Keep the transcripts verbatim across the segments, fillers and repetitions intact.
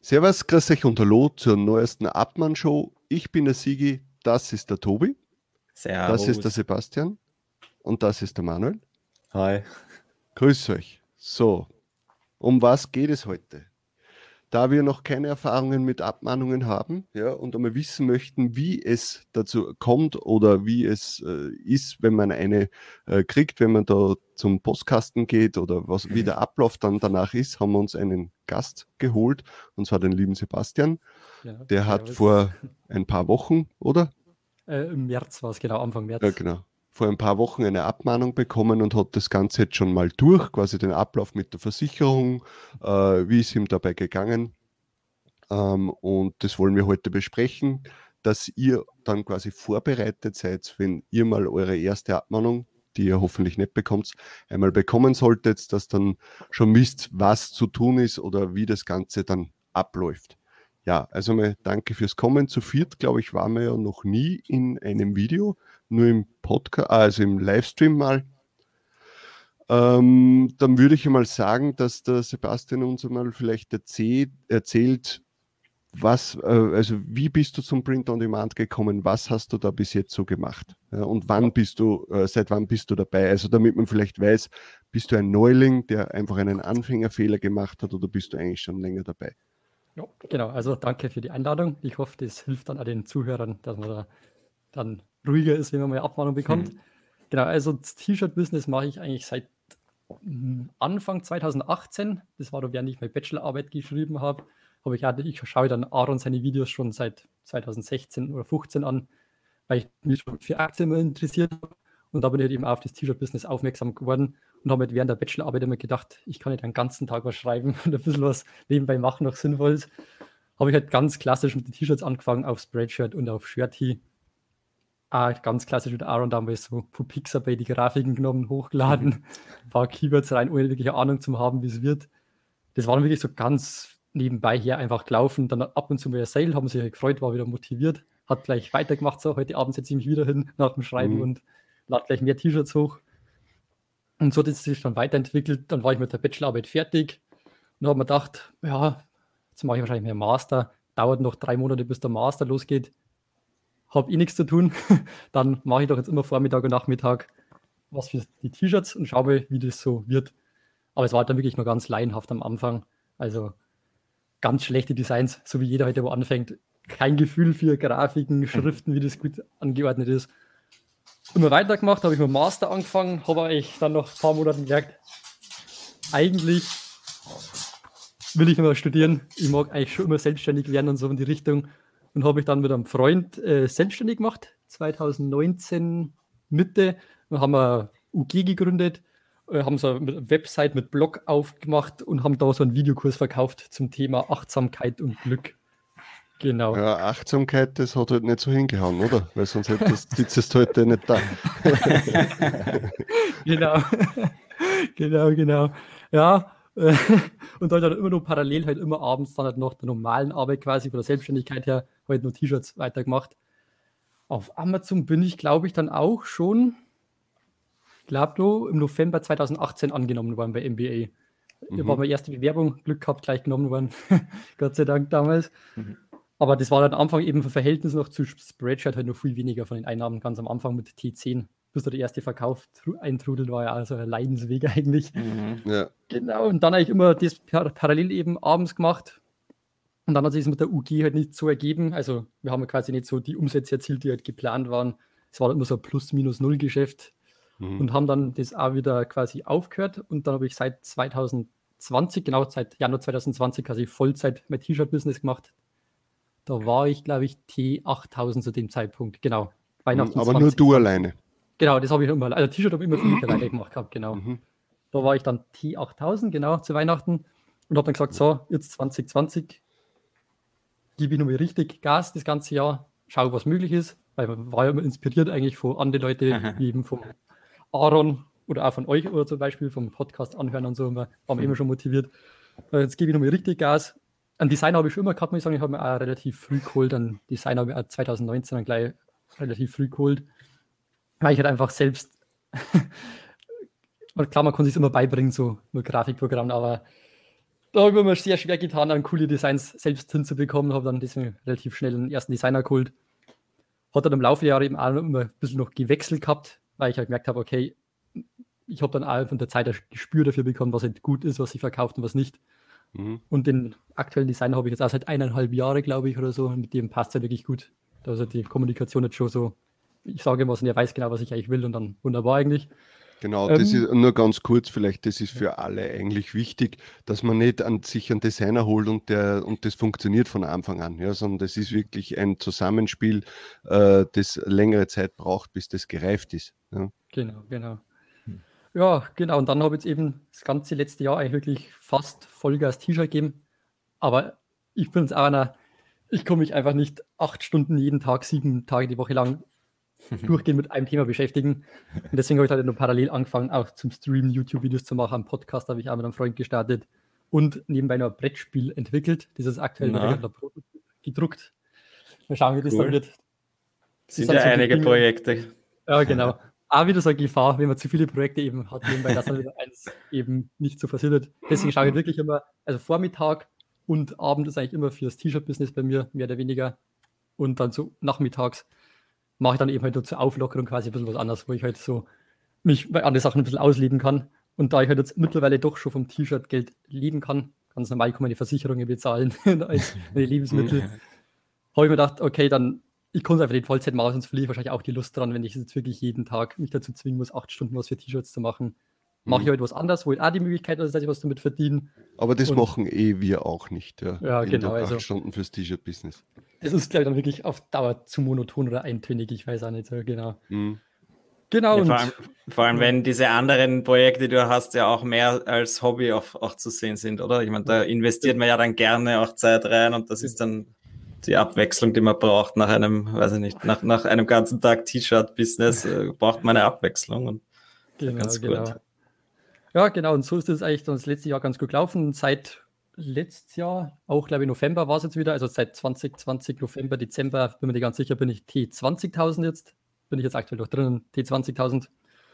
Servus, grüß euch und hallo zur neuesten Abmann-Show. Ich bin der Sigi, das ist der Tobi, Servus. das ist der Sebastian und das ist der Manuel. Hi. Grüß euch. So, um was geht es heute? Da wir noch keine Erfahrungen mit Abmahnungen haben, ja, und einmal wissen möchten, wie es dazu kommt oder wie es äh, ist, wenn man eine äh, kriegt, wenn man da zum Postkasten geht oder was, wie der Ablauf dann danach ist, haben wir uns einen Gast geholt, und zwar den lieben Sebastian. Ja, Der hat servus. vor ein paar Wochen, oder? Äh, Im März war es, genau, Anfang März. Ja, genau. Vor ein paar Wochen eine Abmahnung bekommen und hat das Ganze jetzt schon mal durch, quasi den Ablauf mit der Versicherung, äh, wie ist ihm dabei gegangen. Ähm, und das wollen wir heute besprechen, dass ihr dann quasi vorbereitet seid, wenn ihr mal eure erste Abmahnung, die ihr hoffentlich nicht bekommt, einmal bekommen solltet, dass dann schon wisst, was zu tun ist oder wie das Ganze dann abläuft. Ja, also mal danke fürs Kommen. Zu viert, glaube ich, waren wir ja noch nie in einem Video, nur im Podcast, also im Livestream mal. Ähm, dann würde ich mal sagen, dass der Sebastian uns mal vielleicht erzählt, erzählt was, äh, also wie bist du zum Print on Demand gekommen? Was hast du da bis jetzt so gemacht? Ja, und wann Ja. bist du, äh, seit wann bist du dabei? Also damit man vielleicht weiß, bist du ein Neuling, der einfach einen Anfängerfehler gemacht hat, oder bist du eigentlich schon länger dabei? Ja, genau, also danke für die Einladung. Ich hoffe, das hilft dann auch den Zuhörern, dass man da dann ruhiger ist, wenn man mal Abmahnung bekommt. Mhm. Genau, also das T-Shirt-Business mache ich eigentlich seit mm, Anfang zweitausendachtzehn. Das war da, während ich meine Bachelorarbeit geschrieben habe. Habe ich, auch- ich schaue dann Aaron seine Videos schon seit zweitausendsechzehn oder fünfzehn an, weil ich mich schon für Aktien immer interessiert habe. Und da bin ich halt eben auf das T-Shirt-Business aufmerksam geworden und habe halt während der Bachelorarbeit immer gedacht, ich kann nicht den ganzen Tag was schreiben und ein bisschen was nebenbei machen, noch Sinnvolles. Habe ich halt ganz klassisch mit den T-Shirts angefangen, auf Spreadshirt und auf Shirty. Ah, ganz klassisch mit Aaron damals so von Pixabay die Grafiken genommen, hochgeladen, ein paar Keywords rein, ohne wirkliche Ahnung zu haben, wie es wird. Das war dann wirklich so ganz nebenbei hier einfach gelaufen. Dann ab und zu mal ein Sale, haben sich halt gefreut, war wieder motiviert, hat gleich weitergemacht. So, heute Abend setze ich mich wieder hin nach dem Schreiben Mhm. und lade gleich mehr T-Shirts hoch. Und so hat es sich dann weiterentwickelt. Dann war ich mit der Bachelorarbeit fertig und habe mir gedacht, ja, jetzt mache ich wahrscheinlich mehr Master. Dauert noch drei Monate, bis der Master losgeht. Habe eh nichts zu tun. Dann mache ich doch jetzt immer Vormittag und Nachmittag was für die T-Shirts und schaue mal, wie das so wird. Aber es war halt dann wirklich nur ganz laienhaft am Anfang. Also ganz schlechte Designs, so wie jeder heute wo anfängt. Kein Gefühl für Grafiken, Schriften, wie das gut angeordnet ist. Immer weitergemacht, habe ich mit dem Master angefangen, habe ich dann noch ein paar Monate gemerkt, eigentlich will ich immer studieren. Ich mag eigentlich schon immer selbstständig werden und so in die Richtung. Und habe ich dann mit einem Freund äh, selbstständig gemacht, zweitausendneunzehn Mitte. Dann haben wir U G gegründet, äh, haben so eine Website mit Blog aufgemacht und haben da so einen Videokurs verkauft zum Thema Achtsamkeit und Glück. Genau. Ja, Achtsamkeit, das hat halt nicht so hingehauen, oder? Weil sonst hättest, sitzt du heute nicht da. Genau. Genau, genau. Ja, äh, und halt dann immer noch parallel halt immer abends dann halt noch der normalen Arbeit quasi von der Selbstständigkeit her halt nur T-Shirts weitergemacht. Auf Amazon bin ich, glaube ich, dann auch schon, ich glaube nur im November zweitausendachtzehn angenommen worden bei M B A. Da Mhm. war meine erste Bewerbung, Glück gehabt, gleich genommen worden. Gott sei Dank damals. Mhm. Aber das war dann am Anfang eben im Verhältnis noch zu Spreadshirt halt noch viel weniger von den Einnahmen, ganz am Anfang mit T zehn. Bis da der erste Verkauf tru- eintrudelt, war ja also ein Leidensweg eigentlich. Mhm. Ja. Genau, und dann habe ich immer das par parallel eben abends gemacht. Und dann hat sich es mit der U G halt nicht so ergeben. Also wir haben quasi nicht so die Umsätze erzielt, die halt geplant waren. Es war halt immer so ein Plus-Minus-Null-Geschäft. Mhm. Und haben dann das auch wieder quasi aufgehört. Und dann habe ich seit zweitausendzwanzig, genau seit Januar zweitausendzwanzig, quasi Vollzeit mein T-Shirt-Business gemacht. Da war ich, glaube ich, T achttausend zu dem Zeitpunkt. Genau. Weihnachten Aber nur du alleine. Genau, das habe ich immer, also T-Shirt habe ich immer für mich alleine gemacht gehabt, genau. Mhm. Da war ich dann T achttausend, genau, zu Weihnachten und habe dann gesagt, so, jetzt zwanzig zwanzig gebe ich nochmal richtig Gas das ganze Jahr, schau, was möglich ist, weil man war ja immer inspiriert eigentlich von anderen Leuten, wie eben vom Aaron oder auch von euch oder zum Beispiel vom Podcast anhören und so, war man immer schon motiviert. Äh, Jetzt gebe ich nochmal richtig Gas. Ein Design habe ich schon immer gehabt, muss ich sagen, ich habe mir auch relativ früh geholt, ein Design habe ich auch zweitausendneunzehn dann gleich relativ früh geholt, weil ich halt einfach selbst klar, man kann sich immer beibringen, so nur Grafikprogramm, aber da habe ich mir sehr schwer getan, dann coole Designs selbst hinzubekommen, habe dann deswegen relativ schnell einen ersten Designer geholt. Hat dann im Laufe der Jahre eben auch immer ein bisschen noch gewechselt gehabt, weil ich halt gemerkt habe, okay, ich habe dann auch von der Zeit ein Gespür dafür bekommen, was halt gut ist, was sich verkauft und was nicht. Mhm. Und den aktuellen Designer habe ich jetzt auch seit eineinhalb Jahren, glaube ich, oder so. Und mit dem passt es halt wirklich gut. Da ist halt die Kommunikation jetzt schon so, ich sage ihm was und er weiß genau, was ich eigentlich will und dann wunderbar eigentlich. Genau, das ähm, ist nur ganz kurz vielleicht, das ist für alle eigentlich wichtig, dass man nicht an sich einen Designer holt und der und das funktioniert von Anfang an, ja, sondern das ist wirklich ein Zusammenspiel, äh, das längere Zeit braucht, bis das gereift ist. Ja. Genau, genau. Ja, genau. Und dann habe ich jetzt eben das ganze letzte Jahr eigentlich wirklich fast Vollgas T-Shirt gegeben. Aber ich bin jetzt auch einer, ich komme mich einfach nicht acht Stunden jeden Tag, sieben Tage die Woche lang durchgehend mit einem Thema beschäftigen. Und deswegen habe ich halt nur parallel angefangen, auch zum Streamen YouTube-Videos zu machen. Am Podcast habe ich auch mit einem Freund gestartet und nebenbei noch ein Brettspiel entwickelt. Dieses aktuell noch gedruckt. Mal schauen, wie das cool. dann wird. Das sind ja so einige Dinge. Projekte. Ja, genau. Auch wieder so eine Gefahr, wenn man zu viele Projekte eben hat, nebenbei, dass dann wieder eins eben nicht so versittert. Deswegen schaue ich wirklich immer, also Vormittag und Abend ist eigentlich immer fürs T-Shirt-Business bei mir, mehr oder weniger. Und dann so nachmittags mache ich dann eben halt nur zur Auflockerung quasi ein bisschen was anderes, wo ich halt so mich bei anderen Sachen ein bisschen ausleben kann. Und da ich halt jetzt mittlerweile doch schon vom T-Shirt-Geld leben kann, ganz normal kann man die Versicherungen bezahlen als meine Lebensmittel, habe ich mir gedacht, okay, dann ich kann es einfach in Vollzeit machen, sonst verliere ich wahrscheinlich auch die Lust dran, wenn ich jetzt wirklich jeden Tag mich dazu zwingen muss, acht Stunden was für T-Shirts zu machen. Mache ich halt was anderes, wo ich auch die Möglichkeit habe, dass ich was damit verdiene. Aber das und machen eh wir auch nicht, ja. Ja, jeden genau. Tag acht also, Stunden fürs T-Shirt-Business. Das ist, glaube ich, dann wirklich auf Dauer zu monoton oder eintönig, ich weiß auch nicht so genau. Mhm. Genau. Ja, und, vor, allem, vor allem, wenn diese anderen Projekte, die du hast, ja auch mehr als Hobby auch, auch zu sehen sind, oder? Ich meine, da investiert man ja dann gerne auch Zeit rein und das ist dann die Abwechslung, die man braucht nach einem, weiß ich nicht, nach, nach einem ganzen Tag T-Shirt-Business äh, braucht man eine Abwechslung. Und genau, ganz genau. gut. Ja, genau. Und so ist es eigentlich dann das letzte Jahr ganz gut gelaufen. Seit letztes Jahr, auch glaube ich November war es jetzt wieder, also seit zwanzig zwanzig, November, Dezember, bin mir nicht ganz sicher, bin ich T zwanzigtausend jetzt. Bin ich jetzt aktuell noch drinnen, T zwanzigtausend.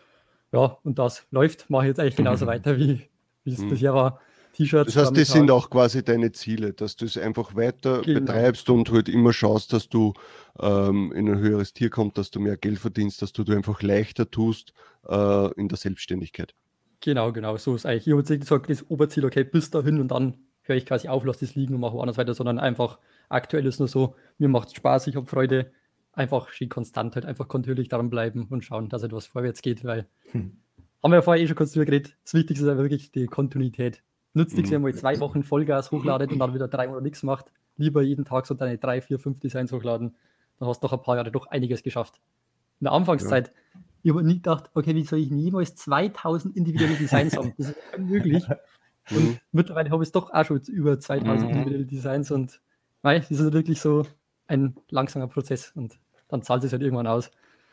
Ja, und das läuft, mache ich jetzt eigentlich genauso weiter, wie, wie es mhm. bisher war. T-Shirts. Das heißt, das sind auch quasi deine Ziele, dass du es einfach weiter genau. betreibst und halt immer schaust, dass du ähm, in ein höheres Tier kommst, dass du mehr Geld verdienst, dass du, du einfach leichter tust äh, in der Selbstständigkeit. Genau, genau, so ist eigentlich. Ich habe jetzt nicht gesagt, das Oberziel, okay, bis dahin und dann höre ich quasi auf, lasse das liegen und mache woanders weiter, sondern einfach aktuell ist nur so, mir macht es Spaß, ich habe Freude, einfach schön konstant halt, einfach kontinuierlich daran bleiben und schauen, dass etwas vorwärts geht, weil hm. haben wir ja vorher eh schon kurz drüber geredet, das Wichtigste ist einfach wirklich die Kontinuität. Nützt nichts, wenn man zwei Wochen Vollgas hochladet und dann wieder drei Monate nichts macht. Lieber jeden Tag so deine drei, vier, fünf Designs hochladen. Dann hast du doch ein paar Jahre doch einiges geschafft. In der Anfangszeit, ja. ich habe nie gedacht, okay, wie soll ich niemals zweitausend individuelle Designs haben? Das ist unmöglich. Und mhm. mittlerweile habe ich es doch auch schon über zweitausend mhm. individuelle Designs und nein, das ist wirklich so ein langsamer Prozess und dann zahlt es halt irgendwann aus.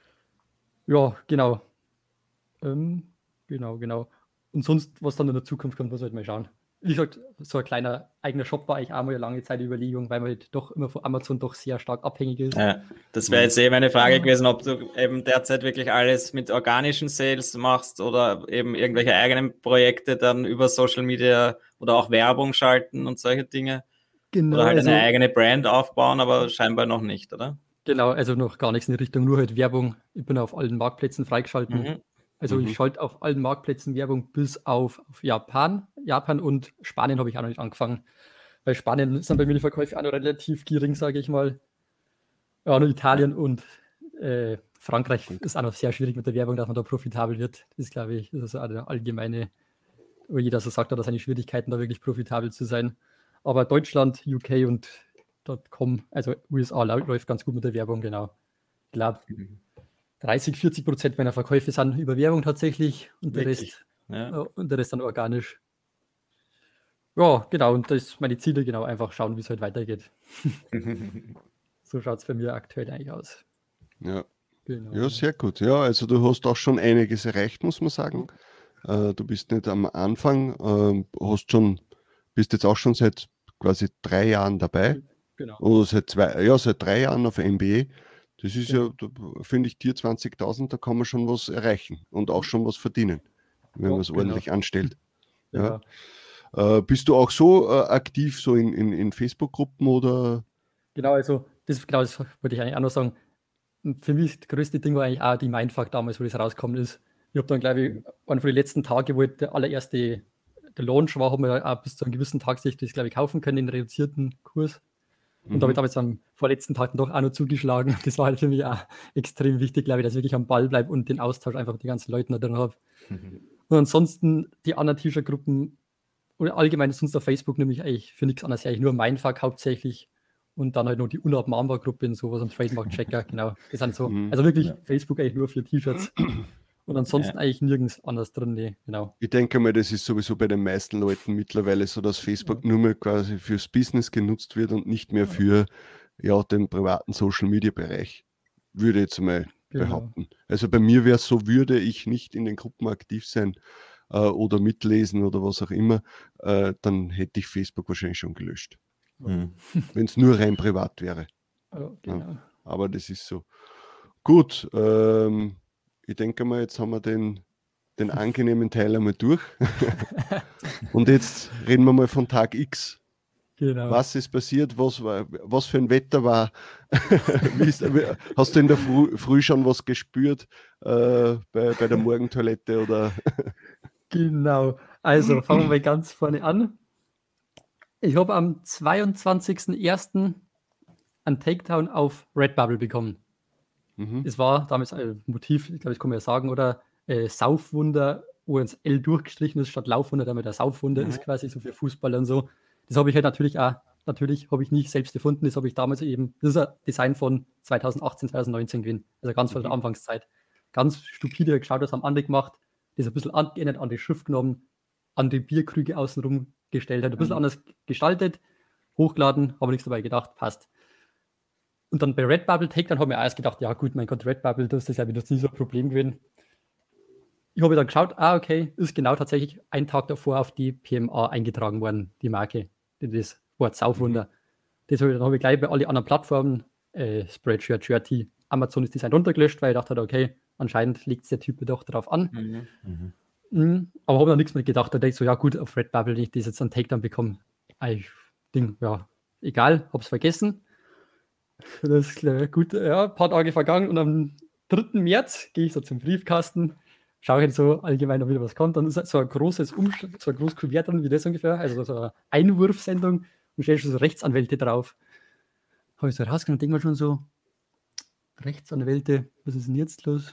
Ja, genau. Ähm, genau, genau. Und sonst, was dann in der Zukunft kommt, muss man halt mal schauen. Wie gesagt, so ein kleiner eigener Shop war eigentlich auch mal eine lange Zeit Überlegung, weil man halt doch immer von Amazon doch sehr stark abhängig ist. Ja, das wäre jetzt eben eine Frage gewesen, ob du eben derzeit wirklich alles mit organischen Sales machst oder eben irgendwelche eigenen Projekte dann über Social Media oder auch Werbung schalten und solche Dinge. Genau. Oder halt also, eine eigene Brand aufbauen, aber scheinbar noch nicht, oder? Genau, also noch gar nichts in die Richtung, nur halt Werbung. Ich bin auf allen Marktplätzen freigeschalten. Mhm. Also mhm. ich schalte auf allen Marktplätzen Werbung bis auf, auf Japan. Japan und Spanien habe ich auch noch nicht angefangen. Weil Spanien sind bei mir die Verkäufe auch noch relativ gering, sage ich mal. Ja, nur Italien und äh, Frankreich ist auch noch sehr schwierig mit der Werbung, dass man da profitabel wird. Das ist, glaube ich, das ist eine allgemeine, wo jeder so sagt, hat er seine Schwierigkeiten, da wirklich profitabel zu sein. Aber Deutschland, U K und .com, also U S A läuft ganz gut mit der Werbung, genau. Ich glaube, dreißig, vierzig Prozent meiner Verkäufe sind über Werbung tatsächlich und der, Rest, ja. und der Rest dann organisch. Ja, genau, und das sind meine Ziele, genau, einfach schauen, wie es halt weitergeht. So schaut es bei mir aktuell eigentlich aus. Ja. Genau. Ja, sehr gut. Ja, also du hast auch schon einiges erreicht, muss man sagen. Äh, du bist nicht am Anfang, äh, hast schon, bist jetzt auch schon seit quasi drei Jahren dabei. Genau. Oder seit zwei, ja, seit drei Jahren auf M B A. Das ist ja, ja finde ich, dir zwanzigtausend, da kann man schon was erreichen und auch schon was verdienen, wenn ja, man es ordentlich genau. anstellt. Ja. Äh, bist du auch so äh, aktiv, so in, in, in Facebook-Gruppen oder? Genau, also das, genau, das wollte ich eigentlich auch noch sagen. Für mich das größte Ding war eigentlich auch die Mindfuck damals, wo das rausgekommen ist. Ich habe dann, glaube ich, einen von den letzten Tagen, wo der allererste der Launch war, haben wir auch bis zu einem gewissen Tag sich das, glaube ich, kaufen können, den reduzierten Kurs. Und Mhm. damit habe ich am vorletzten Tag doch auch noch zugeschlagen. Das war halt für mich auch extrem wichtig, glaube ich, dass ich wirklich am Ball bleibe und den Austausch einfach mit den ganzen Leuten da drin habe. Mhm. Und ansonsten die anderen T-Shirt-Gruppen oder allgemein sonst auf Facebook nehme ich eigentlich für nichts anderes, eigentlich nur Mindfuck hauptsächlich und dann halt noch die Unabmachbar-Gruppe und sowas und Trademark-Checker, genau. Das sind so, Mhm. also wirklich Ja. Facebook eigentlich nur für T-Shirts und ansonsten Ja. eigentlich nirgends anders drin, nee, genau. Ich denke mal, das ist sowieso bei den meisten Leuten mittlerweile so, dass Facebook nur mehr quasi fürs Business genutzt wird und nicht mehr für ja, den privaten Social-Media-Bereich, würde ich jetzt mal Genau. behaupten. Also bei mir wäre es so, würde ich nicht in den Gruppen aktiv sein äh, oder mitlesen oder was auch immer, äh, dann hätte ich Facebook wahrscheinlich schon gelöscht, Mhm. wenn es nur rein privat wäre. Ja, genau. Aber das ist so. Gut, ähm, ich denke mal, jetzt haben wir den, den angenehmen Teil einmal durch. Und jetzt reden wir mal von Tag X. Genau. Was ist passiert? Was, war, was für ein Wetter war? Wie ist, hast du in der Früh, Früh schon was gespürt äh, bei, bei der Morgentoilette? Oder? Genau. Also fangen wir mal ganz vorne an. Ich habe am zweiundzwanzigsten ersten einen Takedown auf Redbubble bekommen. Mhm. Es war damals ein Motiv, ich glaube, das kann man ja sagen, oder äh, Saufwunder, wo ins L durchgestrichen ist, statt Laufwunder, damit der Saufwunder ist quasi so für Fußballer und so. Das habe ich halt natürlich auch, natürlich habe ich nicht selbst erfunden, das habe ich damals eben, das ist ein Design von zweitausendachtzehn, zweitausendneunzehn gewesen, also ganz von der Anfangszeit. Ganz stupide geschaut, das am Andi gemacht, das ein bisschen angeändert, an die Schrift genommen, an die Bierkrüge außenrum gestellt, hat ein bisschen anders gestaltet, hochgeladen, habe nichts dabei gedacht, passt. Und dann bei Redbubble Takedown habe ich mir erst gedacht, ja gut, mein Gott, Redbubble, das ist ja wieder nie so ein Problem gewesen. Ich habe dann geschaut, ah okay, ist genau tatsächlich einen Tag davor auf die P M A eingetragen worden, die Marke, das Wort Saufwunder. Das habe ich, dann habe ich gleich bei allen anderen Plattformen, äh, Spreadshirt, Shirty, Amazon ist Design runtergelöscht, weil ich dachte, okay, anscheinend legt es der Typ doch darauf an. Mhm. Mhm. Mhm. Aber habe dann nichts mehr gedacht. Da denke ich so, ja gut, auf Redbubble, wenn ich das jetzt einen Takedown bekomme, ich Ding, ja, egal, habe es vergessen. Das ist klar, gut, ja, ein paar Tage vergangen und am dritten März gehe ich so zum Briefkasten, schaue halt so allgemein, ob wieder was kommt. Dann ist so ein großes Umschlag, so ein großes Kuvert drin, wie das ungefähr, also so eine Einwurfsendung und steht schon so Rechtsanwälte drauf. Habe ich so rausgenommen und denke mir schon so, Rechtsanwälte, was ist denn jetzt los?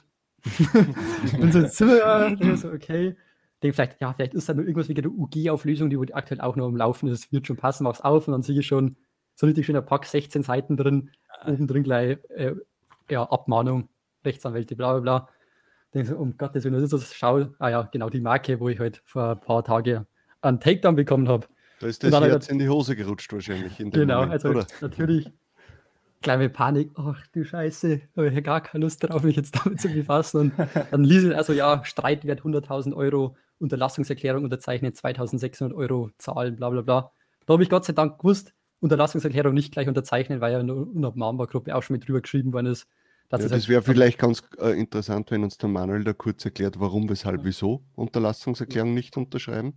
Und so ins Zimmer, denke ich so, okay. Denke vielleicht, ja, vielleicht ist da nur irgendwas wegen der U G-Auflösung, die wohl aktuell auch noch am Laufen ist. Das wird schon passen, mach's auf und dann sehe ich schon so richtig schöner Pack, sechzehn Seiten drin, oben drin gleich, äh, ja, Abmahnung, Rechtsanwälte, bla bla bla. Denke so, um Gottes Willen, was ist das? Schau, ah ja, genau die Marke, wo ich halt vor ein paar Tagen einen Takedown bekommen habe. Da ist Und das dann Herz hat- in die Hose gerutscht wahrscheinlich. In dem Genau, Moment, also oder? natürlich kleine Panik, ach du Scheiße, habe ich ja gar keine Lust drauf, mich jetzt damit zu befassen. Und dann ließ es also, ja, Streitwert hunderttausend Euro, Unterlassungserklärung unterzeichnen, zweitausendsechshundert Euro zahlen, bla bla bla. Da habe ich Gott sei Dank gewusst, Unterlassungserklärung nicht gleich unterzeichnen, weil ja in der Unabmahnbar-Gruppe auch schon mit drüber geschrieben worden ist. Dass Ja, das das halt- wäre vielleicht ganz äh, interessant, wenn uns der Manuel da kurz erklärt, warum, weshalb, wieso Unterlassungserklärung nicht unterschreiben.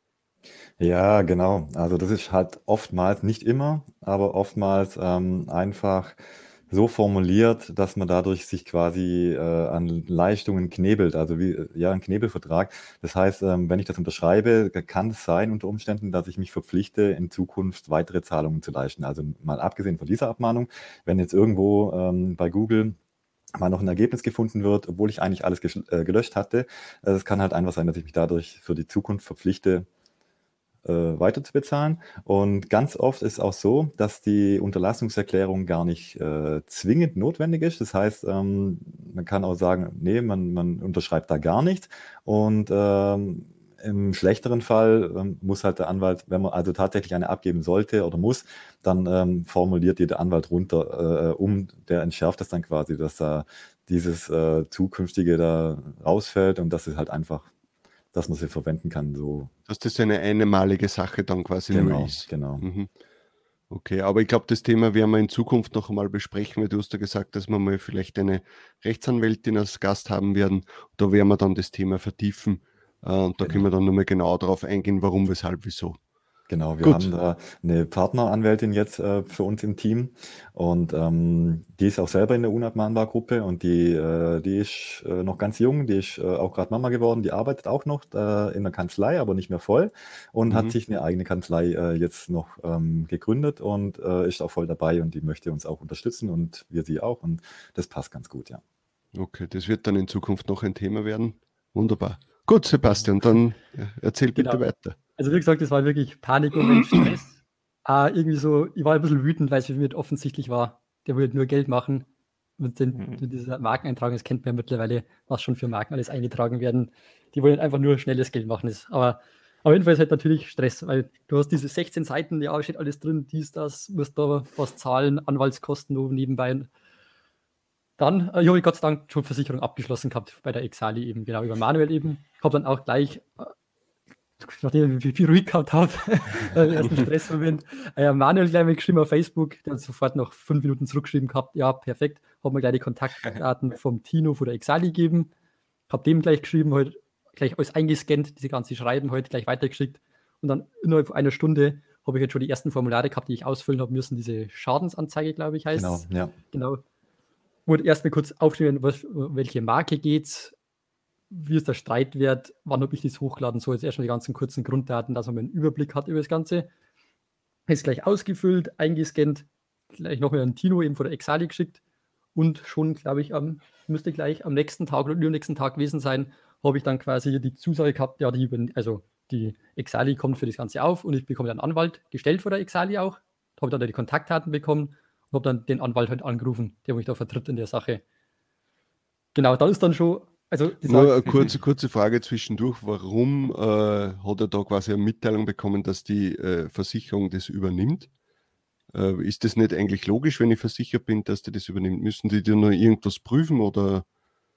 Ja, genau. Also das ist halt oftmals, nicht immer, aber oftmals ähm, einfach so formuliert, dass man dadurch sich quasi äh, an Leistungen knebelt, also wie äh, ja ein Knebelvertrag. Das heißt, ähm, wenn ich das unterschreibe, kann es sein unter Umständen, dass ich mich verpflichte, in Zukunft weitere Zahlungen zu leisten. Also mal abgesehen von dieser Abmahnung, wenn jetzt irgendwo ähm, bei Google mal noch ein Ergebnis gefunden wird, obwohl ich eigentlich alles gesch- äh, gelöscht hatte, äh, es kann halt einfach sein, dass ich mich dadurch für die Zukunft verpflichte, äh, weiter zu bezahlen. Und ganz oft ist auch so, dass die Unterlassungserklärung gar nicht äh, zwingend notwendig ist. Das heißt, ähm, man kann auch sagen, nee, man, man unterschreibt da gar nichts. Und ähm, im schlechteren Fall ähm, muss halt der Anwalt, wenn man also tatsächlich eine abgeben sollte oder muss, dann ähm, formuliert die der Anwalt runter, äh, um, der entschärft das dann quasi, dass da dieses äh, zukünftige da rausfällt und dass es halt einfach, dass man sie verwenden kann, so. Dass das eine einmalige Sache dann quasi Genau, nur ist. genau. Mhm. Okay, aber ich glaube, das Thema werden wir in Zukunft noch einmal besprechen, weil du hast ja gesagt, dass wir mal vielleicht eine Rechtsanwältin als Gast haben werden. Da werden wir dann das Thema vertiefen, Äh, und da Genau. können wir dann nochmal genau darauf eingehen, warum, weshalb, wieso. Genau, wir Gut. haben da eine Partneranwältin jetzt äh, für uns im Team und ähm, die ist auch selber in der Unabmahnbar-Gruppe und die, äh, die ist äh, noch ganz jung, die ist äh, auch gerade Mama geworden, die arbeitet auch noch äh, in der Kanzlei, aber nicht mehr voll und Mhm. hat sich eine eigene Kanzlei äh, jetzt noch ähm, gegründet und äh, ist auch voll dabei und die möchte uns auch unterstützen und wir sie auch und das passt ganz gut, ja. Okay, das wird dann in Zukunft noch ein Thema werden. Wunderbar. Gut, Sebastian, dann äh, erzähl bitte Genau. weiter. Also wie gesagt, das war wirklich Panikmoment, Stress. Äh, irgendwie so, ich war ein bisschen wütend, weil es für mich nicht offensichtlich war, der will nur Geld machen. Mit, den, Mhm. mit dieser Markeneintragung, das kennt man ja mittlerweile, was schon für Marken alles eingetragen werden. Die wollen einfach nur schnelles Geld machen. Das, aber auf jeden Fall ist halt natürlich Stress, weil du hast diese sechzehn Seiten, ja, steht alles drin, dies, das, musst da was zahlen, Anwaltskosten oben nebenbei. Dann äh, habe ich Gott sei Dank schon Versicherung abgeschlossen gehabt bei der Exali eben, genau, über Manuel eben. Habe dann auch gleich, äh, nachdem ich viel ruhig gehabt habe, den ersten Stressmoment, äh, Manuel gleich mal geschrieben auf Facebook, der hat sofort noch fünf Minuten zurückgeschrieben gehabt, ja, perfekt, habe mir gleich die Kontaktdaten vom Tino von der Exali gegeben, habe dem gleich geschrieben, halt gleich alles eingescannt, diese ganze Schreiben heute gleich weitergeschickt und dann innerhalb einer Stunde habe ich jetzt schon die ersten Formulare gehabt, die ich ausfüllen habe müssen, diese Schadensanzeige, glaube ich, heißt Genau, es. ja. Genau. Wurde erstmal kurz aufschreiben, was, welche Marke geht's, wie ist der Streitwert, wann habe ich das hochgeladen, so jetzt erstmal die ganzen kurzen Grunddaten, dass man einen Überblick hat über das Ganze. Ist gleich ausgefüllt, eingescannt, gleich noch mal an Tino eben von der Exali geschickt und schon, glaube ich, am, müsste gleich am nächsten Tag oder übernächsten Tag gewesen sein, habe ich dann quasi die Zusage gehabt, ja, die, also die Exali kommt für das Ganze auf und ich bekomme dann einen Anwalt gestellt von der Exali auch, habe dann die Kontaktdaten bekommen und habe dann den Anwalt halt angerufen, der mich da vertritt in der Sache. Genau, dann ist dann schon, also das Nur war, eine kurze, kurze Frage zwischendurch. Warum äh, hat er da quasi eine Mitteilung bekommen, dass die äh, Versicherung das übernimmt? Äh, ist das nicht eigentlich logisch, wenn ich versichert bin, dass die das übernimmt? Müssen die dir nur irgendwas prüfen oder?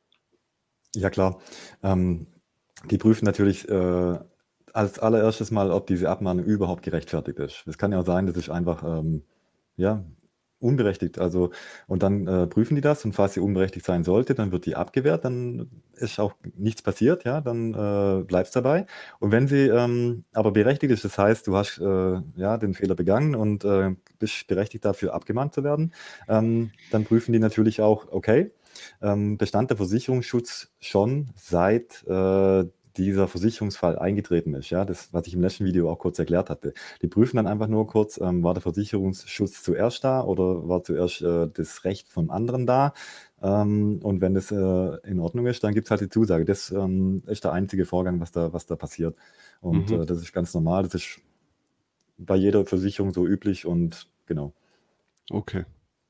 Ja, klar. Ähm, die prüfen natürlich äh, als allererstes mal, ob diese Abmahnung überhaupt gerechtfertigt ist. Es kann ja auch sein, das ist einfach ähm, ja, unberechtigt. Also, und dann äh, prüfen die das und falls sie unberechtigt sein sollte, dann wird die abgewehrt, dann ist auch nichts passiert, ja, dann äh, bleibt es dabei. Und wenn sie ähm, aber berechtigt ist, das heißt, du hast äh, ja, den Fehler begangen und äh, bist berechtigt dafür abgemahnt zu werden, ähm, dann prüfen die natürlich auch, okay, ähm, bestand der Versicherungsschutz schon seit äh, dieser Versicherungsfall eingetreten ist, ja, das, was ich im letzten Video auch kurz erklärt hatte. Die prüfen dann einfach nur kurz, ähm, war der Versicherungsschutz zuerst da oder war zuerst äh, das Recht vom anderen da? Ähm, und wenn das äh, in Ordnung ist, dann gibt es halt die Zusage. Das ähm, ist der einzige Vorgang, was da, was da passiert. Und Mhm. äh, das ist ganz normal, das ist bei jeder Versicherung so üblich und genau. Okay.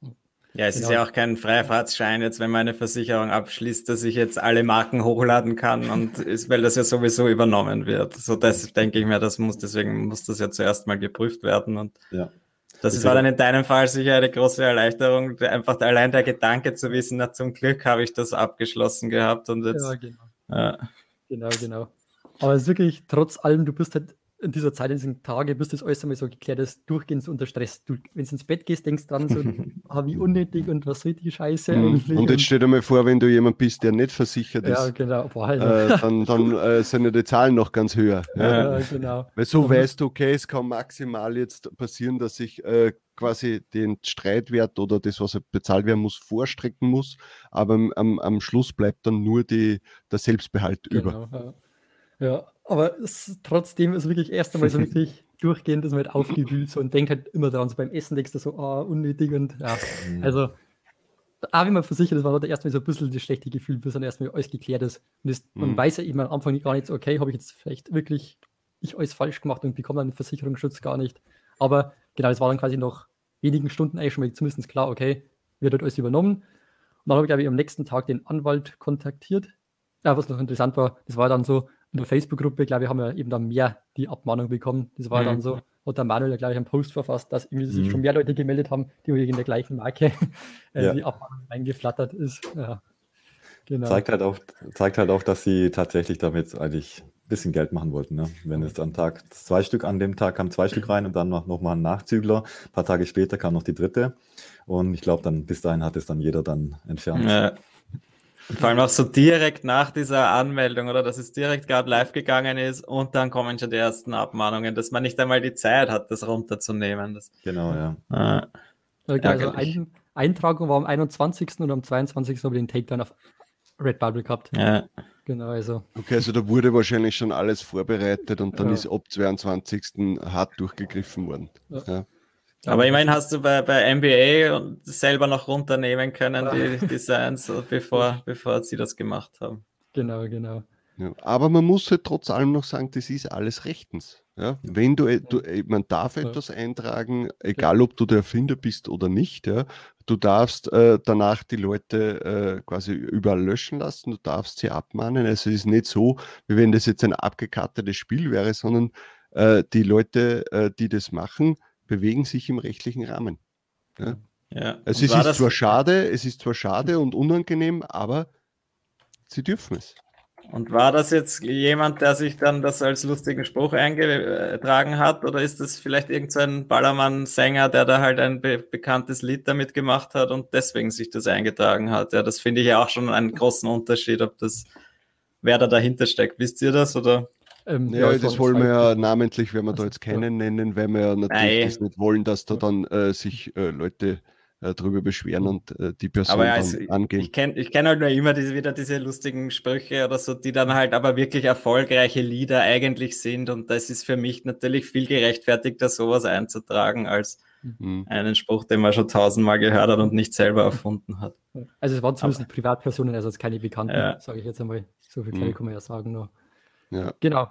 Ja, es Genau. ist ja auch kein Freifahrtschein jetzt, wenn man eine Versicherung abschließt, dass ich jetzt alle Marken hochladen kann und ist, weil das ja sowieso übernommen wird. So, das denke ich mir, das muss, deswegen muss das ja zuerst mal geprüft werden und Ja. das Ich war denke- dann in deinem Fall sicher eine große Erleichterung, einfach allein der Gedanke zu wissen, na, zum Glück habe ich das abgeschlossen gehabt und ja, jetzt, genau. ja. Genau, genau. Aber es ist wirklich, trotz allem, du bist halt in dieser Zeit, in diesen Tagen, bis das alles einmal so geklärt ist, durchgehend so unter Stress. Du, wenn du ins Bett gehst, denkst dran so, ah, wie unnötig und was soll die Scheiße Mhm. eigentlich? Und jetzt stell dir mal vor, wenn du jemand bist, der nicht versichert ja, ist, genau, boah, halt, äh, dann, dann äh, sind ja die Zahlen noch ganz höher. Ja? ja, genau. Weil so Da weißt du, okay, es kann maximal jetzt passieren, dass ich äh, quasi den Streitwert oder das, was bezahlt werden muss, vorstrecken muss, aber am, am, am Schluss bleibt dann nur die, der Selbstbehalt über. Genau, ja. ja, aber es, trotzdem ist wirklich erst einmal so wirklich durchgehend, dass man halt aufgewühlt so und denkt halt immer daran, so beim Essen denkst du so, ah, unnötig und ja, also auch wenn man versichert ist, war da erstmal so ein bisschen das schlechte Gefühl, bis dann erstmal alles geklärt ist. Und das, man Mhm. weiß ja eben am Anfang gar nicht so, okay, habe ich jetzt vielleicht wirklich ich alles falsch gemacht und bekomme dann den Versicherungsschutz gar nicht. Aber genau, das war dann quasi nach wenigen Stunden eigentlich schon mal zumindest klar, okay, wird dort alles übernommen. Und dann habe ich, glaube ich, am nächsten Tag den Anwalt kontaktiert. Ja, was noch interessant war, das war dann so, in der Facebook-Gruppe, glaube ich, haben wir eben dann mehr die Abmahnung bekommen. Das war Mhm. dann so, hat der Manuel, glaube ich, einen Post verfasst, dass irgendwie sich Mhm. schon mehr Leute gemeldet haben, die in der gleichen Marke äh, Ja. die Abmahnung eingeflattert ist. Ja, genau. Zeigt halt auch, zeigt halt auch, dass sie tatsächlich damit eigentlich ein bisschen Geld machen wollten. Ne? Wenn es am Tag zwei Stück, an dem Tag kamen zwei Stück rein und dann noch, noch mal ein Nachzügler. Ein paar Tage später kam noch die dritte. Und ich glaube, dann bis dahin hat es dann jeder dann entfernt. Ja. Und vor allem auch so direkt nach dieser Anmeldung, oder dass es direkt gerade live gegangen ist und dann kommen schon die ersten Abmahnungen, dass man nicht einmal die Zeit hat, das runterzunehmen. Das, Genau, ja. äh, Okay, also ärgerlich. ein, Eintragung war am einundzwanzigsten und am zweiundzwanzigsten habe ich den Takedown auf Redbubble gehabt. Ja. Genau, also. Okay, also da wurde wahrscheinlich schon alles vorbereitet und dann Ja. ist ab zweiundzwanzigsten hart durchgegriffen worden. Ja. Ja. Aber immerhin hast du bei, bei N B A und selber noch runternehmen können, die Designs, bevor, bevor sie das gemacht haben. Genau, genau. Ja, aber man muss halt trotz allem noch sagen, das ist alles rechtens. Ja? Wenn du, e- du e- man darf Ja. etwas eintragen, egal ob du der Erfinder bist oder nicht. Ja? Du darfst äh, danach die Leute äh, quasi überall löschen lassen, du darfst sie abmahnen. Also es ist nicht so, wie wenn das jetzt ein abgekartetes Spiel wäre, sondern äh, die Leute, äh, die das machen, bewegen sich im rechtlichen Rahmen. Ja? Ja. Also Und es war ist das- zwar schade, es ist zwar schade und unangenehm, aber sie dürfen es. Und war das jetzt jemand, der sich dann das als lustigen Spruch eingetragen hat? Oder ist das vielleicht irgend so ein Ballermann-Sänger, der da halt ein be bekanntes Lied damit gemacht hat und deswegen sich das eingetragen hat? Ja, das finde ich ja auch schon einen großen Unterschied, ob das, wer da dahinter steckt. Wisst ihr das? Oder? Ähm, Ja, es das waren wollen wir zwei ja Typen. namentlich, wenn wir da Also, jetzt keinen nennen, weil wir ja natürlich Nein. das nicht wollen, dass da Ja. dann äh, sich äh, Leute äh, drüber beschweren und äh, die Person Aber ja, dann es, angehen. ich kenne ich kenn halt nur immer diese, wieder diese lustigen Sprüche oder so, die dann halt aber wirklich erfolgreiche Lieder eigentlich sind. Und das ist für mich natürlich viel gerechtfertigter, sowas einzutragen, als Mhm. einen Spruch, den man schon tausendmal gehört hat und nicht selber erfunden hat. Also es waren zumindest Privatpersonen, also jetzt keine Bekannten, Ja. sage ich jetzt einmal. So viel Mhm. kann man ja sagen noch. Ja. Genau.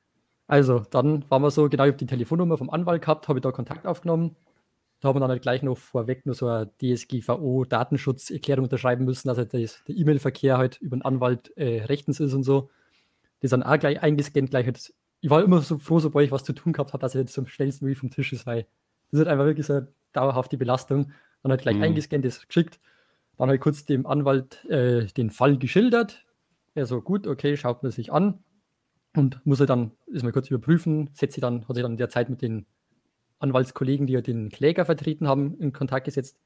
Also, dann waren wir so, genau, ich habe die Telefonnummer vom Anwalt gehabt, habe ich da Kontakt aufgenommen. Da haben wir dann halt gleich noch vorweg nur so eine D S G V O-Datenschutzerklärung unterschreiben müssen, dass halt das, der E-Mail-Verkehr halt über den Anwalt äh, rechtens ist und so. Das dann auch gleich eingescannt, gleich halt. Ich war immer so froh, sobald ich was zu tun gehabt habe, dass er jetzt am schnellsten wie vom Tisch ist, weil das ist halt einfach wirklich so eine dauerhafte Belastung. Dann halt gleich Mhm. eingescannt, das geschickt. Dann halt kurz dem Anwalt äh, den Fall geschildert. Er so, gut, okay, schaut man sich an. Und muss er dann, ist mal kurz überprüfen, setzt sich dann, hat sich dann in der Zeit mit den Anwaltskollegen, die ja den Kläger vertreten haben, in Kontakt gesetzt.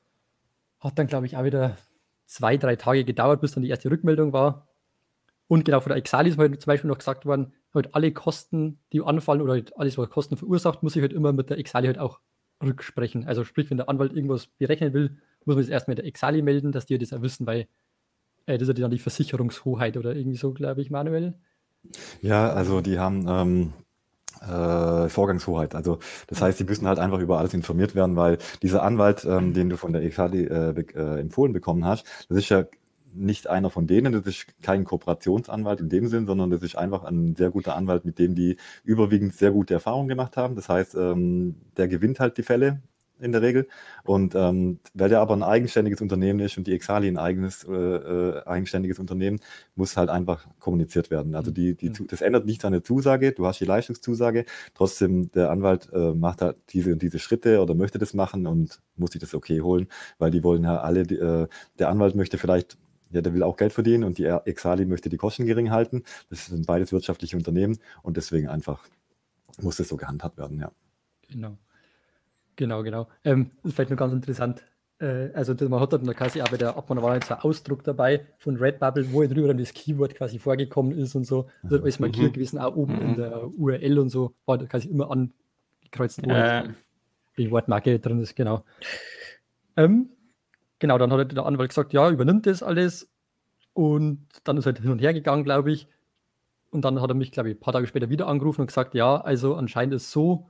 Hat dann, glaube ich, auch wieder zwei, drei Tage gedauert, bis dann die erste Rückmeldung war. Und genau von der Exali ist halt zum Beispiel noch gesagt worden, halt alle Kosten, die anfallen oder halt alles, was Kosten verursacht, muss ich halt immer mit der Exali halt auch rücksprechen. Also sprich, wenn der Anwalt irgendwas berechnen will, muss man das erst mit der Exali melden, dass die das auch wissen, weil äh, das ist ja dann die Versicherungshoheit oder irgendwie so, glaube ich, Manuel. Ja, also die haben ähm, äh, Vorgangshoheit. Also das heißt, die müssen halt einfach über alles informiert werden, weil dieser Anwalt, ähm, den du von der Exali äh, be- äh, empfohlen bekommen hast, das ist ja nicht einer von denen, das ist kein Kooperationsanwalt in dem Sinn, sondern das ist einfach ein sehr guter Anwalt, mit dem die überwiegend sehr gute Erfahrungen gemacht haben. Das heißt, ähm, der gewinnt halt die Fälle in der Regel. Und ähm, weil der aber ein eigenständiges Unternehmen ist und die Exali ein eigenes äh, äh, eigenständiges Unternehmen, muss halt einfach kommuniziert werden. Also die, die, Mhm. das ändert nichts an der Zusage, du hast die Leistungszusage, trotzdem der Anwalt äh, macht halt diese und diese Schritte oder möchte das machen und muss sich das okay holen, weil die wollen ja alle, die, äh, der Anwalt möchte vielleicht, ja, der will auch Geld verdienen und die Exali möchte die Kosten gering halten. Das sind beides wirtschaftliche Unternehmen und deswegen einfach muss das so gehandhabt werden, ja. Genau. Genau, genau. Ähm, das ist vielleicht noch ganz interessant. Äh, also das- man hat dann quasi auch bei der Abmahnung war jetzt ein Ausdruck dabei von Redbubble, wo drüber dann das Keyword quasi vorgekommen ist und so. Das ist alles markiert Mhm. gewesen, auch oben Mhm. in der U R L und so, war da quasi immer angekreuzt, wo halt Äh, die Wortmarke drin ist, genau. Ähm, genau, dann hat halt der Anwalt gesagt, ja, übernimmt das alles und dann ist halt hin und her gegangen, glaube ich. Und dann hat er mich, glaube ich, ein paar Tage später wieder angerufen und gesagt, ja, also anscheinend ist so,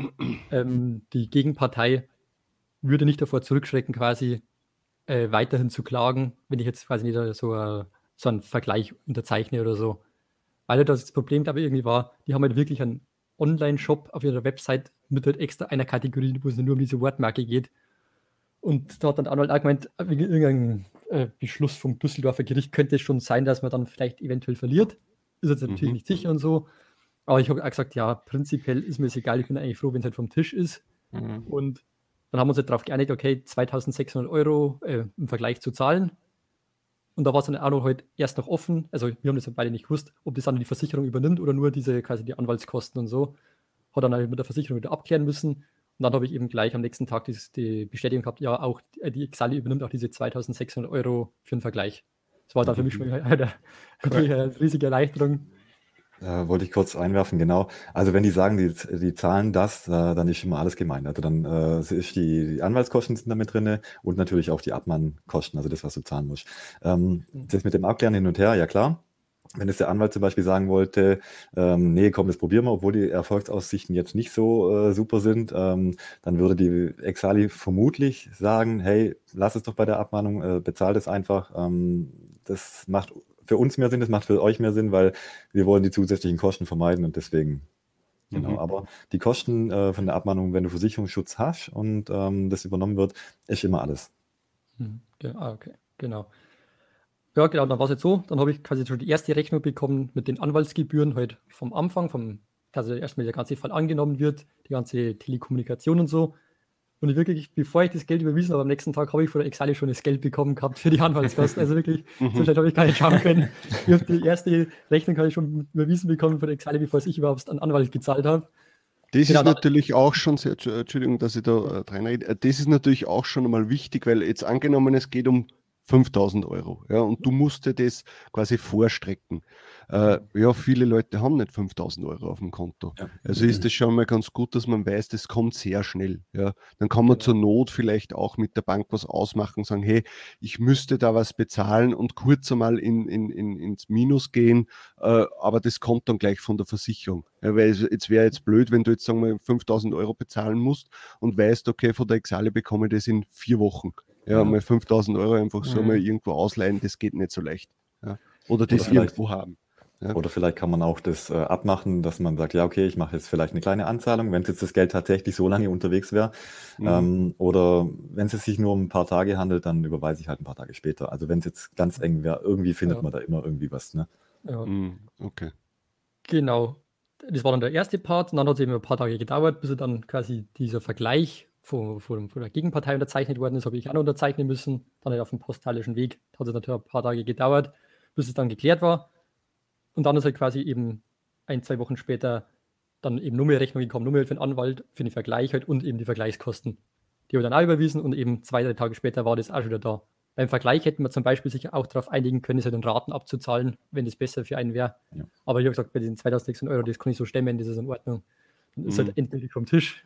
ähm, die Gegenpartei würde nicht davor zurückschrecken, quasi äh, weiterhin zu klagen, wenn ich jetzt quasi nicht so, äh, so einen Vergleich unterzeichne oder so. Weil das Problem, glaube ich, irgendwie war, die haben halt wirklich einen Online-Shop auf ihrer Website mit halt extra einer Kategorie, wo es nur um diese Wortmarke geht. Und da hat dann der Anwalt auch gemeint, wegen irgendeinem äh, Beschluss vom Düsseldorfer Gericht könnte es schon sein, dass man dann vielleicht eventuell verliert. Ist jetzt natürlich Mhm. nicht sicher und so. Aber ich habe auch gesagt, ja, prinzipiell ist mir das egal, ich bin eigentlich froh, wenn es halt vom Tisch ist. mhm. Und dann haben wir uns halt darauf geeinigt, okay, zweitausendsechshundert Euro äh, im Vergleich zu zahlen. Und da war es dann auch noch halt erst noch offen. Also wir haben das ja beide nicht gewusst, ob das dann die Versicherung übernimmt oder nur diese quasi die Anwaltskosten und so. Hat dann halt mit der Versicherung wieder abklären müssen. Und dann habe ich eben gleich am nächsten Tag die, die Bestätigung gehabt, ja, auch die, die Exali übernimmt auch diese zweitausendsechshundert Euro für den Vergleich. Das war dann für mich schon eine, eine riesige Erleichterung. Äh, wollte ich kurz einwerfen, genau. Also wenn die sagen, die, die zahlen das, äh, dann ist schon mal alles gemeint. Also dann äh, ist die, die Anwaltskosten sind damit drin und natürlich auch die Abmahnkosten, also das, was du zahlen musst. Ähm, das mit dem Abklären hin und her, ja klar. Wenn es der Anwalt zum Beispiel sagen wollte, ähm, nee, komm, das probieren wir, obwohl die Erfolgsaussichten jetzt nicht so äh, super sind, ähm, dann würde die Exali vermutlich sagen, hey, lass es doch bei der Abmahnung, äh, bezahlt es einfach. Ähm, das macht für uns mehr Sinn, das macht für euch mehr Sinn, weil wir wollen die zusätzlichen Kosten vermeiden und deswegen, genau. Mhm. Aber die Kosten äh, von der Abmahnung, wenn du Versicherungsschutz hast und ähm, das übernommen wird, ist immer alles. Hm, ge- ah, okay, genau. Ja, genau, dann war es jetzt so. Dann habe ich quasi schon die erste Rechnung bekommen mit den Anwaltsgebühren halt vom Anfang, vom, also erstmal der ganze Fall angenommen wird, die ganze Telekommunikation und so. Und ich wirklich, bevor ich das Geld überwiesen habe, am nächsten Tag habe ich von der Exali schon das Geld bekommen gehabt für die Anwaltskosten. Also wirklich, so schnell habe ich gar nicht schauen können. Ich habe die erste Rechnung habe ich schon überwiesen bekommen von der Exali, bevor ich überhaupt einen Anwalt gezahlt habe. Das Genau, ist natürlich auch schon, sehr, Entschuldigung, dass ich da äh, dran rede, das ist natürlich auch schon einmal wichtig, weil jetzt angenommen, es geht um fünftausend Euro, ja, und du musst dir das quasi vorstrecken. Äh, ja, viele Leute haben nicht fünftausend Euro auf dem Konto. Ja. Also ist es schon mal ganz gut, dass man weiß, das kommt sehr schnell. Ja. Dann kann man Genau. zur Not vielleicht auch mit der Bank was ausmachen, sagen, hey, ich müsste da was bezahlen und kurz einmal in, in, in, ins Minus gehen, äh, aber das kommt dann gleich von der Versicherung. Ja, weil es, jetzt wäre jetzt blöd, wenn du jetzt sagen wir fünftausend Euro bezahlen musst und weißt, okay, von der Exali bekomme ich das in vier Wochen. Ja, Ja. mal fünftausend Euro einfach so Mhm. mal irgendwo ausleihen, das geht nicht so leicht. Ja. Oder das vielleicht- irgendwo haben. Ja. Oder vielleicht kann man auch das äh, abmachen, dass man sagt, ja, okay, ich mache jetzt vielleicht eine kleine Anzahlung, wenn es jetzt das Geld tatsächlich so lange unterwegs wäre. Mhm. Ähm, oder wenn es sich nur um ein paar Tage handelt, dann überweise ich halt ein paar Tage später. Also wenn es jetzt ganz eng wäre, irgendwie findet Ja. man da immer irgendwie was. Ne? Ja. Mhm. Okay. Genau. Das war dann der erste Part und dann hat es eben ein paar Tage gedauert, bis er dann quasi dieser Vergleich von, von, von der Gegenpartei unterzeichnet worden ist, habe ich auch noch unterzeichnen müssen. Dann halt auf dem postalischen Weg. Hat es natürlich ein paar Tage gedauert, bis es dann geklärt war. Und dann ist halt quasi eben ein, zwei Wochen später dann eben nur mehr Rechnung gekommen, nur mehr für den Anwalt, für den Vergleich halt und eben die Vergleichskosten. Die habe ich dann auch überwiesen und eben zwei, drei Tage später war das auch schon wieder da. Beim Vergleich hätten wir zum Beispiel sich auch darauf einigen können, es halt in Raten abzuzahlen, wenn das besser für einen wäre. Ja. Aber ich habe gesagt, bei diesen zweitausendsechshundert Euro, das kann ich so stemmen, das ist in Ordnung. Dann ist Mhm. halt endlich vom Tisch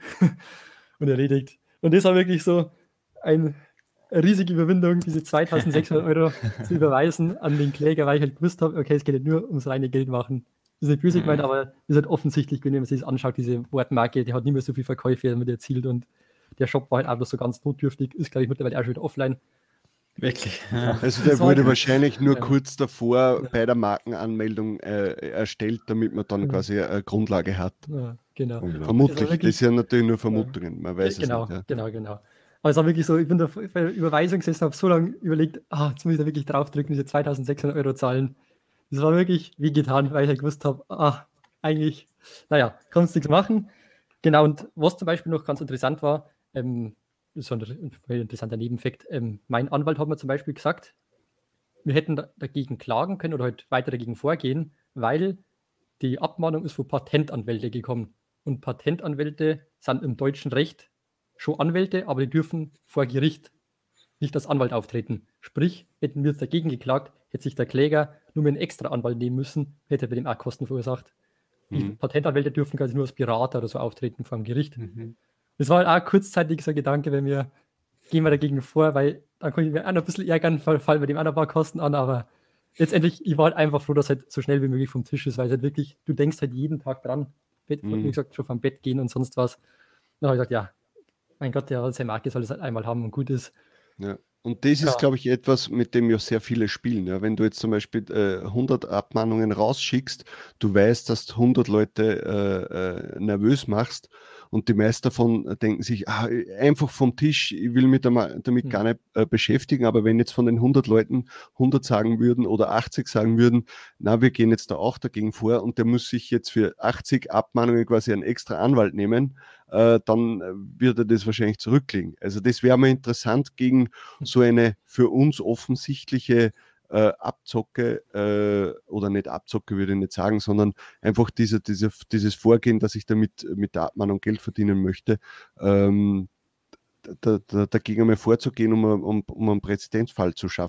und erledigt. Und das war wirklich so ein, eine riesige Überwindung, diese zweitausendsechshundert Euro zu überweisen an den Kläger, weil ich halt gewusst habe, okay, es geht nicht nur ums reine Geld machen. Das ist nicht böse gemeint, aber das ist halt offensichtlich, wenn man sich das anschaut, diese Wortmarke, die hat nicht mehr so viel Verkäufe damit erzielt und der Shop war halt auch noch so ganz notdürftig, ist, glaube ich, mittlerweile auch schon wieder offline. Wirklich. Ja. Also der Das war- wurde wahrscheinlich nur Ja. kurz davor Ja. bei der Markenanmeldung äh, erstellt, damit man dann Ja. quasi eine Grundlage hat. Ja, genau. Unglaublich. Vermutlich, Das war wirklich- das sind natürlich nur Vermutungen, man weiß genau, es nicht. Ja. genau, genau. Aber es war wirklich so, ich bin da bei der Überweisung gesessen, habe so lange überlegt, ah, jetzt muss ich da wirklich draufdrücken, diese zweitausendsechshundert Euro zahlen. Das war wirklich wie getan, weil ich ja gewusst habe, ah, eigentlich, naja, kannst nichts machen. Genau, und was zum Beispiel noch ganz interessant war, ähm, das ist so ein ein interessanter Nebeneffekt, ähm, mein Anwalt hat mir zum Beispiel gesagt, wir hätten da- dagegen klagen können oder halt weiter dagegen vorgehen, weil die Abmahnung ist von Patentanwälte gekommen. Und Patentanwälte sind im deutschen Recht schon Anwälte, aber die dürfen vor Gericht nicht als Anwalt auftreten. Sprich, hätten wir jetzt dagegen geklagt, hätte sich der Kläger nur mit einem extra Anwalt nehmen müssen, hätte bei dem auch Kosten verursacht. Die Mhm. Patentanwälte dürfen quasi nur als Berater oder so auftreten vor dem Gericht. Mhm. Das war halt auch kurzzeitig so ein Gedanke, wenn wir gehen wir dagegen vor, weil dann konnte ich mir auch noch ein bisschen ärgern, fall- fallen bei dem auch noch ein paar Kosten an, aber letztendlich, ich war halt einfach froh, dass halt so schnell wie möglich vom Tisch ist, weil es halt wirklich, du denkst halt jeden Tag dran, Bett, Mhm. wie gesagt, schon vom Bett gehen und sonst was. Dann habe ich gesagt, ja, mein Gott, der seine Marke soll es halt einmal haben und gut ist. Ja. Und das ist, Ja. glaube ich, etwas, mit dem ja sehr viele spielen. Ja. Wenn du jetzt zum Beispiel äh, hundert Abmahnungen rausschickst, du weißt, dass du hundert Leute äh, äh, nervös machst und die meisten davon denken sich, ah, einfach vom Tisch, ich will mich damit, damit Mhm. gar nicht äh, beschäftigen, aber wenn jetzt von den hundert Leuten hundert sagen würden oder achtzig sagen würden, na, wir gehen jetzt da auch dagegen vor und der muss sich jetzt für achtzig Abmahnungen quasi einen extra Anwalt nehmen, äh, dann äh, wird er das wahrscheinlich zurücklegen. Also das wäre mal interessant gegen so eine für uns offensichtliche äh, Abzocke äh, oder nicht Abzocke würde ich nicht sagen, sondern einfach diese, diese, dieses Vorgehen, dass ich damit mit der Abmahnung Geld verdienen möchte, ähm, da, da, dagegen einmal vorzugehen, um, um, um einen Präzedenzfall zu schaffen.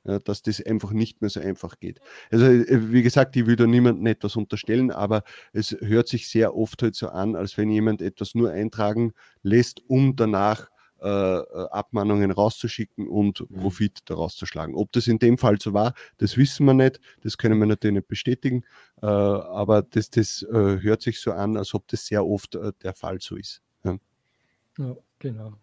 ja, dass das einfach nicht mehr so einfach geht. Also wie gesagt, ich will da niemandem etwas unterstellen, aber es hört sich sehr oft halt so an, als wenn jemand etwas nur eintragen lässt, um danach äh, Abmahnungen rauszuschicken und Profit daraus zu schlagen. Ob das in dem Fall so war, das wissen wir nicht, das können wir natürlich nicht bestätigen, äh, aber das, das äh, hört sich so an, als ob das sehr oft äh, der Fall so ist. Ja, ja genau.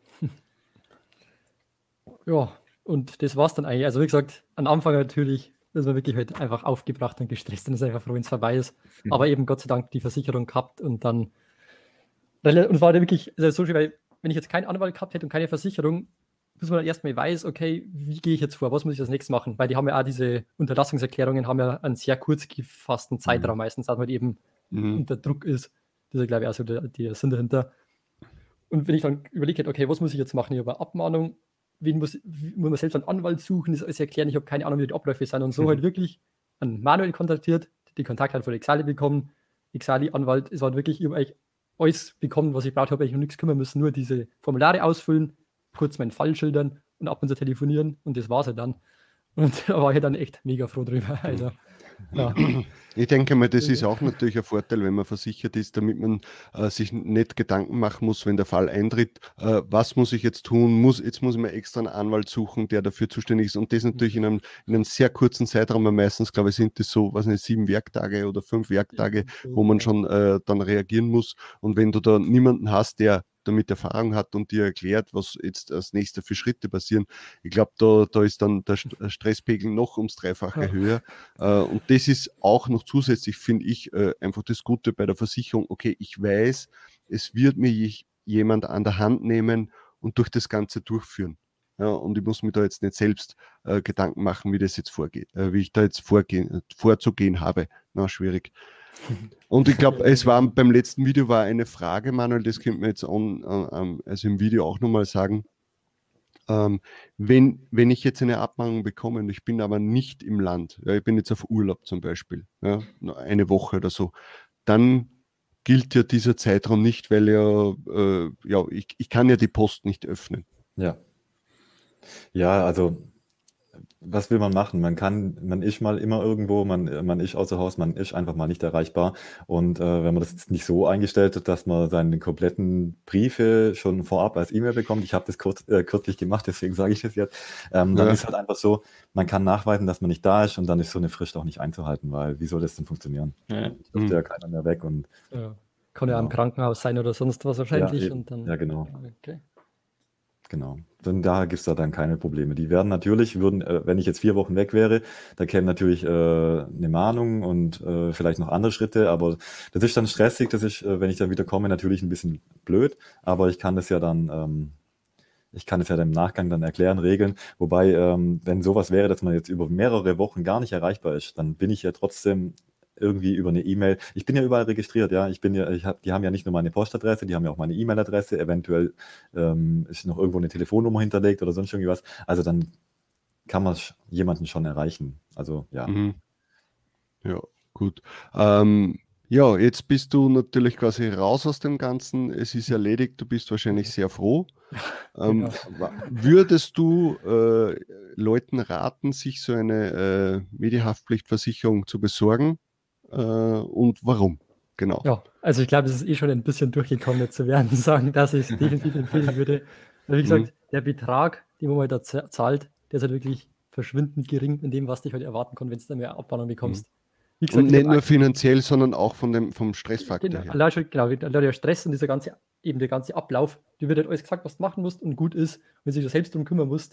Ja, und das war's dann eigentlich. Also wie gesagt, am Anfang natürlich ist man wirklich halt einfach aufgebracht und gestresst und ist einfach froh, wenn es vorbei ist. Mhm. Aber eben Gott sei Dank die Versicherung gehabt und dann und es war wirklich also so schön, weil wenn ich jetzt keinen Anwalt gehabt hätte und keine Versicherung, bis man dann erstmal weiß, okay, wie gehe ich jetzt vor, was muss ich als nächstes machen? Weil die haben ja auch diese Unterlassungserklärungen, haben ja einen sehr kurz gefassten Zeitraum mhm. meistens, dass man halt eben mhm. unter Druck ist. Das ist ja, glaube ich, auch so der, der Sinn dahinter. Und wenn ich dann überlege hätte, okay, was muss ich jetzt machen? Ich habe eine Abmahnung, wen muss, muss man selbst einen Anwalt suchen, das alles erklären, ich habe keine Ahnung, wie die Abläufe sind und so mhm. halt wirklich einen Manuel kontaktiert, die Kontaktdaten von Exali bekommen, Exali-Anwalt, es war wirklich, ich habe eigentlich alles bekommen, was ich brauche, habe ich noch nichts kümmern müssen, nur diese Formulare ausfüllen, kurz meinen Fall schildern und ab und zu telefonieren und das war es dann. Und da war ich dann echt mega froh drüber. Also, ja. Ich denke mal, das ist auch natürlich ein Vorteil, wenn man versichert ist, damit man äh, sich nicht Gedanken machen muss, wenn der Fall eintritt, äh, was muss ich jetzt tun, muss, jetzt muss ich mir extra einen Anwalt suchen, der dafür zuständig ist und das natürlich in einem, in einem sehr kurzen Zeitraum, weil meistens, glaube ich, sind das so, was nicht, sieben Werktage oder fünf Werktage, wo man schon äh, dann reagieren muss und wenn du da niemanden hast, der damit Erfahrung hat und dir erklärt, was jetzt als nächste für Schritte passieren. Ich glaube, da, da ist dann der Stresspegel noch ums Dreifache ja. höher. Äh, und das ist auch noch zusätzlich, finde ich, äh, einfach das Gute bei der Versicherung. Okay, ich weiß, es wird mir jemand an der Hand nehmen und durch das Ganze durchführen. Ja, und ich muss mir da jetzt nicht selbst äh, Gedanken machen, wie das jetzt vorgeht, äh, wie ich da jetzt vorgehen, vorzugehen habe. Na, schwierig. Und ich glaube, es war beim letzten Video war eine Frage, Manuel, das könnte man jetzt on, um, also im Video auch nochmal sagen. Ähm, wenn, wenn ich jetzt eine Abmahnung bekomme und ich bin aber nicht im Land, ja, ich bin jetzt auf Urlaub zum Beispiel, ja, eine Woche oder so, dann gilt ja dieser Zeitraum nicht, weil ja, äh, ja ich, ich kann ja die Post nicht öffnen. Ja. Ja, also was will man machen? Man kann, man ist mal immer irgendwo, man, man ist außer Haus, man ist einfach mal nicht erreichbar. Und äh, wenn man das jetzt nicht so eingestellt hat, dass man seine kompletten Briefe schon vorab als E-Mail bekommt, ich habe das kurz, äh, kürzlich gemacht, deswegen sage ich das jetzt, ähm, dann ja. ist halt einfach so, man kann nachweisen, dass man nicht da ist und dann ist so eine Frist auch nicht einzuhalten, weil wie soll das denn funktionieren? Ja. Dürfte mhm. ja keiner mehr weg. Und, ja. Kann ja genau. im Krankenhaus sein oder sonst was wahrscheinlich. Ja, und dann, ja genau. Okay. Genau, denn da gibt es da dann keine Probleme. Die werden natürlich, würden, äh, wenn ich jetzt vier Wochen weg wäre, da käme natürlich äh, eine Mahnung und äh, vielleicht noch andere Schritte, aber das ist dann stressig, das ist, äh, wenn ich dann wieder komme, natürlich ein bisschen blöd, aber ich kann das ja dann, ähm, ich kann das ja dann im Nachgang dann erklären, regeln, wobei, ähm, wenn sowas wäre, dass man jetzt über mehrere Wochen gar nicht erreichbar ist, dann bin ich ja trotzdem irgendwie über eine E-Mail. Ich bin ja überall registriert, ja. Ich bin ja, ich hab, die haben ja nicht nur meine Postadresse, die haben ja auch meine E-Mail-Adresse. Eventuell ähm, ist noch irgendwo eine Telefonnummer hinterlegt oder sonst irgendwas. Also dann kann man jemanden schon erreichen. Also ja. Mhm. Ja, gut. Ähm, ja, jetzt bist du natürlich quasi raus aus dem Ganzen. Es ist erledigt. Du bist wahrscheinlich sehr froh. Ähm, genau. Würdest du äh, Leuten raten, sich so eine äh, Medienhaftpflichtversicherung zu besorgen? Und warum? Genau. Ja, also ich glaube, es ist eh schon ein bisschen durchgekommen, zu werden, sagen, dass ich es definitiv empfehlen würde. Weil wie gesagt, mhm. der Betrag, den man da zahlt, der ist halt wirklich verschwindend gering in dem, was dich halt erwarten kann, wenn du dann mehr Abmahnung bekommst. Mhm. Wie gesagt, und nicht nur finanziell, sondern auch von dem, vom Stressfaktor genau, her. Allein schon, genau, der Stress und dieser ganze, eben der ganze Ablauf, dir wird halt alles gesagt, was du machen musst und gut ist, wenn du dich selbst darum kümmern musst,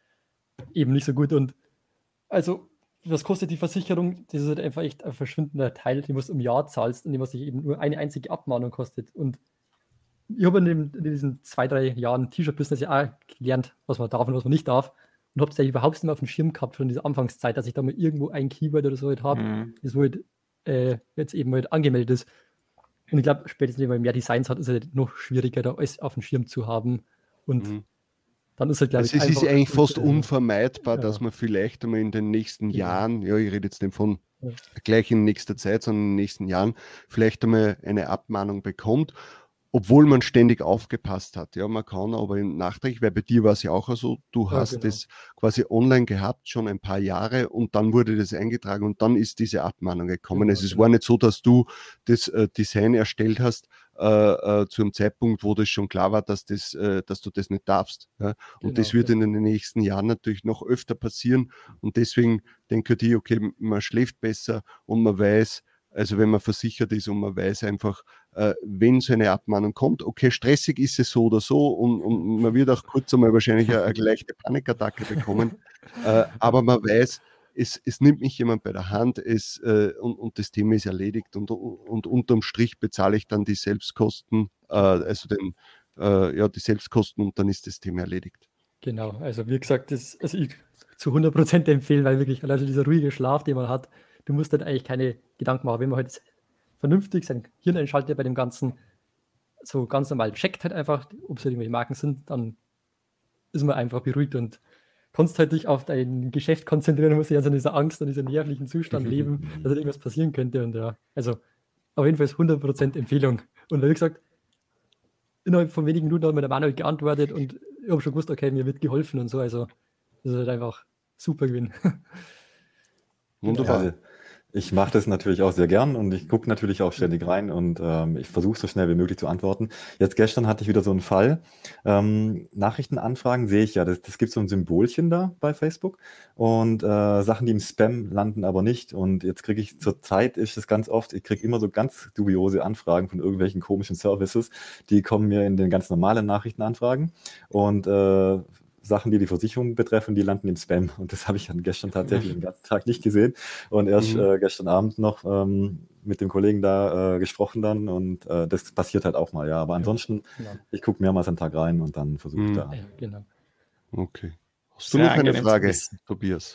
eben nicht so gut. Und also was kostet die Versicherung? Das ist halt einfach echt ein verschwindender Teil, den du im Jahr zahlst und den was sich eben nur eine einzige Abmahnung kostet. Und ich habe in, dem, in diesen zwei, drei Jahren T-Shirt-Business ja auch gelernt, was man darf und was man nicht darf. Und habe es ja überhaupt nicht mehr auf dem Schirm gehabt von dieser Anfangszeit, dass ich da mal irgendwo ein Keyword oder so halt habe, mhm. das wo halt, äh, jetzt eben halt angemeldet ist. Und ich glaube, spätestens wenn man mehr Designs hat, ist es halt noch schwieriger, da alles auf dem Schirm zu haben. Und mhm. dann ist halt, glaube ich, es ist eigentlich fast äh, unvermeidbar, ja. dass man vielleicht einmal in den nächsten Ja. Jahren, ja, ich rede jetzt nicht von Ja. gleich in nächster Zeit, sondern in den nächsten Jahren vielleicht einmal eine Abmahnung bekommt. obwohl man ständig aufgepasst hat. Ja, man kann aber nachträglich, weil bei dir war es ja auch so, du Ja, hast genau. das quasi online gehabt, schon ein paar Jahre und dann wurde das eingetragen und dann ist diese Abmahnung gekommen. Genau, Also es genau. war nicht so, dass du das äh, Design erstellt hast äh, äh, zu einem Zeitpunkt, wo das schon klar war, dass, das, äh, dass du das nicht darfst. Ja? Und Genau, das wird genau. in den nächsten Jahren natürlich noch öfter passieren und deswegen denke ich, okay, man schläft besser und man weiß, also wenn man versichert ist und man weiß einfach, äh, wenn so eine Abmahnung kommt, okay, stressig ist es so oder so und, und man wird auch kurz einmal wahrscheinlich eine, eine leichte Panikattacke bekommen, äh, aber man weiß, es, es nimmt mich jemand bei der Hand es, äh, und, und das Thema ist erledigt und, und unterm Strich bezahle ich dann die Selbstkosten, äh, also den, äh, ja, die Selbstkosten und dann ist das Thema erledigt. Genau, also wie gesagt, das also ich zu hundert Prozent empfehlen, weil wirklich allein dieser ruhige Schlaf, den man hat, du musst dann eigentlich keine Gedanken machen. Wenn man halt vernünftig sein Hirn einschaltet bei dem Ganzen, so ganz normal checkt halt einfach, ob es halt irgendwelche Marken sind, dann ist man einfach beruhigt und kannst halt dich auf dein Geschäft konzentrieren, musst dich also in dieser Angst und dieser nervlichen Zustand leben, dass halt irgendwas passieren könnte. Und ja, also auf jeden Fall ist hundert Prozent Empfehlung. Und wie gesagt, innerhalb von wenigen Minuten hat mir der Manuel geantwortet und ich habe schon gewusst, okay, mir wird geholfen und so. Also das ist halt einfach super Gewinn. Wunderbar. Ja, ich mache das natürlich auch sehr gern und ich gucke natürlich auch ständig rein und ähm, ich versuche so schnell wie möglich zu antworten. Jetzt gestern hatte ich wieder so einen Fall. Ähm, Nachrichtenanfragen sehe ich ja, das, das gibt so ein Symbolchen da bei Facebook und äh, Sachen, die im Spam landen, aber nicht. Und jetzt kriege ich zur Zeit, ist es ganz oft, ich kriege immer so ganz dubiose Anfragen von irgendwelchen komischen Services, die kommen mir in den ganz normalen Nachrichtenanfragen und äh, Sachen, die die Versicherung betreffen, die landen im Spam. Und das habe ich dann gestern tatsächlich den ganzen Tag nicht gesehen. Und erst Mhm. äh, gestern Abend noch ähm, mit dem Kollegen da äh, gesprochen dann. Und äh, das passiert halt auch mal, ja. Aber ansonsten, Genau. ich gucke mehrmals am Tag rein und dann versuche ich Mhm. da. Ja, genau. Okay. Hast du Sehr noch eine angenehm zu Frage, wissen. Tobias?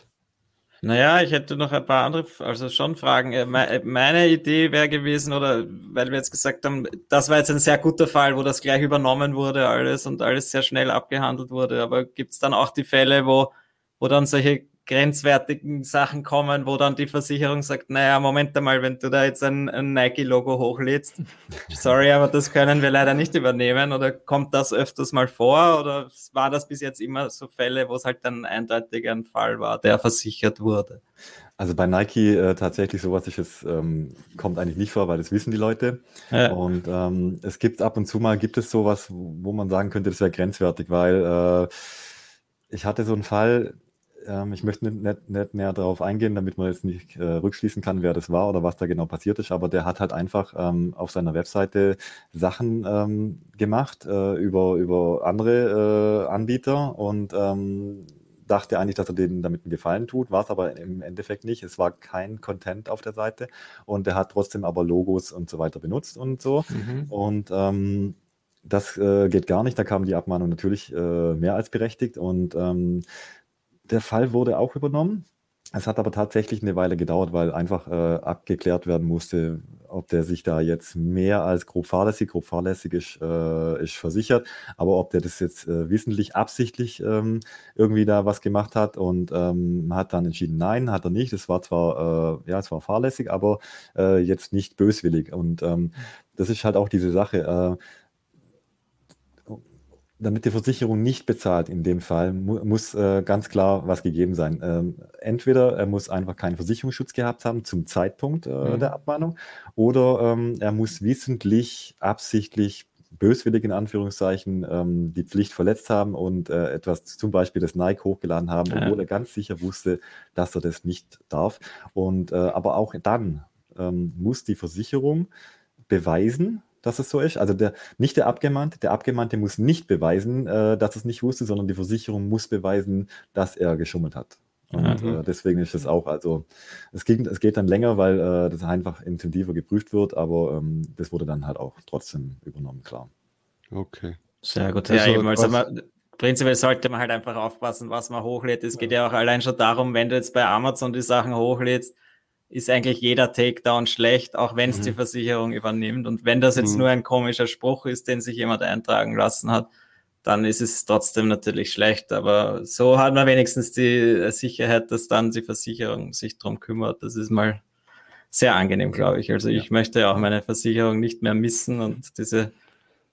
Naja, ich hätte noch ein paar andere, also schon Fragen. Äh, me- Meine Idee wäre gewesen, oder weil wir jetzt gesagt haben, das war jetzt ein sehr guter Fall, wo das gleich übernommen wurde, alles und alles sehr schnell abgehandelt wurde. Aber gibt es dann auch die Fälle, wo, wo dann solche grenzwertigen Sachen kommen, wo dann die Versicherung sagt, naja, Moment einmal, wenn du da jetzt ein, ein Nike-Logo hochlädst, sorry, aber das können wir leider nicht übernehmen, oder kommt das öfters mal vor, oder war das bis jetzt immer so Fälle, wo es halt dann eindeutig ein Fall war, der versichert wurde? Also bei Nike äh, tatsächlich sowas ist es, ähm, kommt eigentlich nicht vor, weil das wissen die Leute. Ja. Und ähm, es gibt ab und zu mal, gibt es sowas, wo man sagen könnte, das wäre grenzwertig, weil äh, ich hatte so einen Fall, ähm, ich möchte nicht, nicht, nicht näher darauf eingehen, damit man jetzt nicht äh, rückschließen kann, wer das war oder was da genau passiert ist, aber der hat halt einfach ähm, auf seiner Webseite Sachen ähm, gemacht äh, über, über andere äh, Anbieter und ähm, dachte eigentlich, dass er denen damit einen Gefallen tut, war es aber im Endeffekt nicht. Es war kein Content auf der Seite und er hat trotzdem aber Logos und so weiter benutzt und so. Mhm. Und ähm, das äh, geht gar nicht. Da kam die Abmahnung natürlich äh, mehr als berechtigt und ähm, der Fall wurde auch übernommen. Es hat aber tatsächlich eine Weile gedauert, weil einfach äh, abgeklärt werden musste, ob der sich da jetzt mehr als grob fahrlässig, grob fahrlässig ist, äh, ist versichert, aber ob der das jetzt äh, wissentlich, absichtlich ähm, irgendwie da was gemacht hat und ähm, hat dann entschieden, nein, hat er nicht. Es war zwar, äh, ja, es war fahrlässig, aber äh, jetzt nicht böswillig. Und ähm, das ist halt auch diese Sache. Äh, damit die Versicherung nicht bezahlt in dem Fall, mu muss äh, ganz klar was gegeben sein. Ähm, entweder er muss einfach keinen Versicherungsschutz gehabt haben zum Zeitpunkt äh, Mhm. der Abmahnung oder ähm, er muss wissentlich, absichtlich, böswillig in Anführungszeichen ähm, die Pflicht verletzt haben und äh, etwas, zum Beispiel das Nike hochgeladen haben, Ja. obwohl er ganz sicher wusste, dass er das nicht darf. Und äh, aber auch dann ähm, muss die Versicherung beweisen, dass es so ist. Also der, nicht der Abgemahnte, der Abgemahnte muss nicht beweisen, äh, dass er es nicht wusste, sondern die Versicherung muss beweisen, dass er geschummelt hat. Und Mhm. äh, deswegen ist es auch, also es, ging, es geht dann länger, weil äh, das einfach intensiver geprüft wird, aber ähm, das wurde dann halt auch trotzdem übernommen, klar. Okay. Sehr gut. Also ja, eben. Also quasi- man, prinzipiell sollte man halt einfach aufpassen, was man hochlädt. Es geht ja auch allein schon darum, wenn du jetzt bei Amazon die Sachen hochlädst, ist eigentlich jeder Takedown schlecht, auch wenn es Mhm. die Versicherung übernimmt. Und wenn das jetzt Mhm. nur ein komischer Spruch ist, den sich jemand eintragen lassen hat, dann ist es trotzdem natürlich schlecht. Aber so hat man wenigstens die Sicherheit, dass dann die Versicherung sich drum kümmert. Das ist mal sehr angenehm, glaube ich. Also ich möchte auch meine Versicherung nicht mehr missen und diese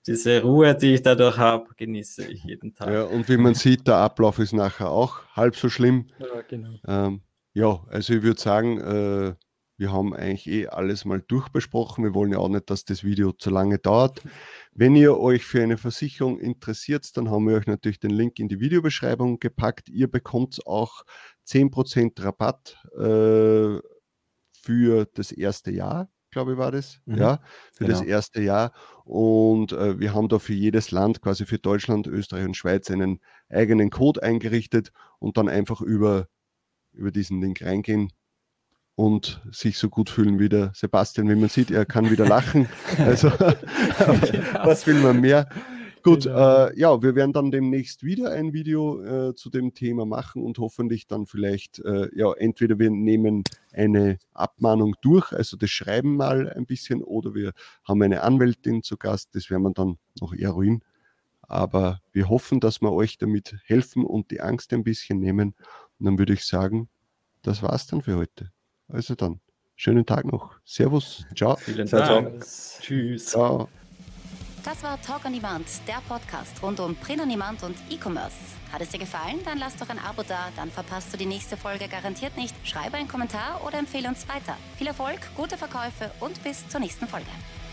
diese Ruhe, die ich dadurch habe, genieße ich jeden Tag. Ja, und wie man sieht, der Ablauf ist nachher auch halb so schlimm. Ja, genau. Ähm, ja, also ich würde sagen, äh, wir haben eigentlich eh alles mal durchbesprochen. Wir wollen ja auch nicht, dass das Video zu lange dauert. Wenn ihr euch für eine Versicherung interessiert, dann haben wir euch natürlich den Link in die Videobeschreibung gepackt. Ihr bekommt auch zehn Prozent Rabatt äh, für das erste Jahr, glaube ich, war das. Mhm. Ja, für Genau. das erste Jahr. Und äh, wir haben da für jedes Land, quasi für Deutschland, Österreich und Schweiz, einen eigenen Code eingerichtet und dann einfach über, über diesen Link reingehen und sich so gut fühlen wie der Sebastian. Wie man sieht, er kann wieder lachen. Also, was will man mehr? Gut, Genau. äh, ja, wir werden dann demnächst wieder ein Video äh, zu dem Thema machen und hoffentlich dann vielleicht, äh, ja, entweder wir nehmen eine Abmahnung durch, also das Schreiben mal ein bisschen, oder wir haben eine Anwältin zu Gast, das werden wir dann noch eruieren. Aber wir hoffen, dass wir euch damit helfen und die Angst ein bisschen nehmen. Und dann würde ich sagen, das war's dann für heute. Also dann, schönen Tag noch. Servus, ciao. Vielen Ciao, ciao. Dank. Tschüss. Ciao. Das war Talk on Demand, der Podcast rund um Print on Demand und E-Commerce. Hat es dir gefallen? Dann lass doch ein Abo da, dann verpasst du die nächste Folge garantiert nicht. Schreibe einen Kommentar oder empfehle uns weiter. Viel Erfolg, gute Verkäufe und bis zur nächsten Folge.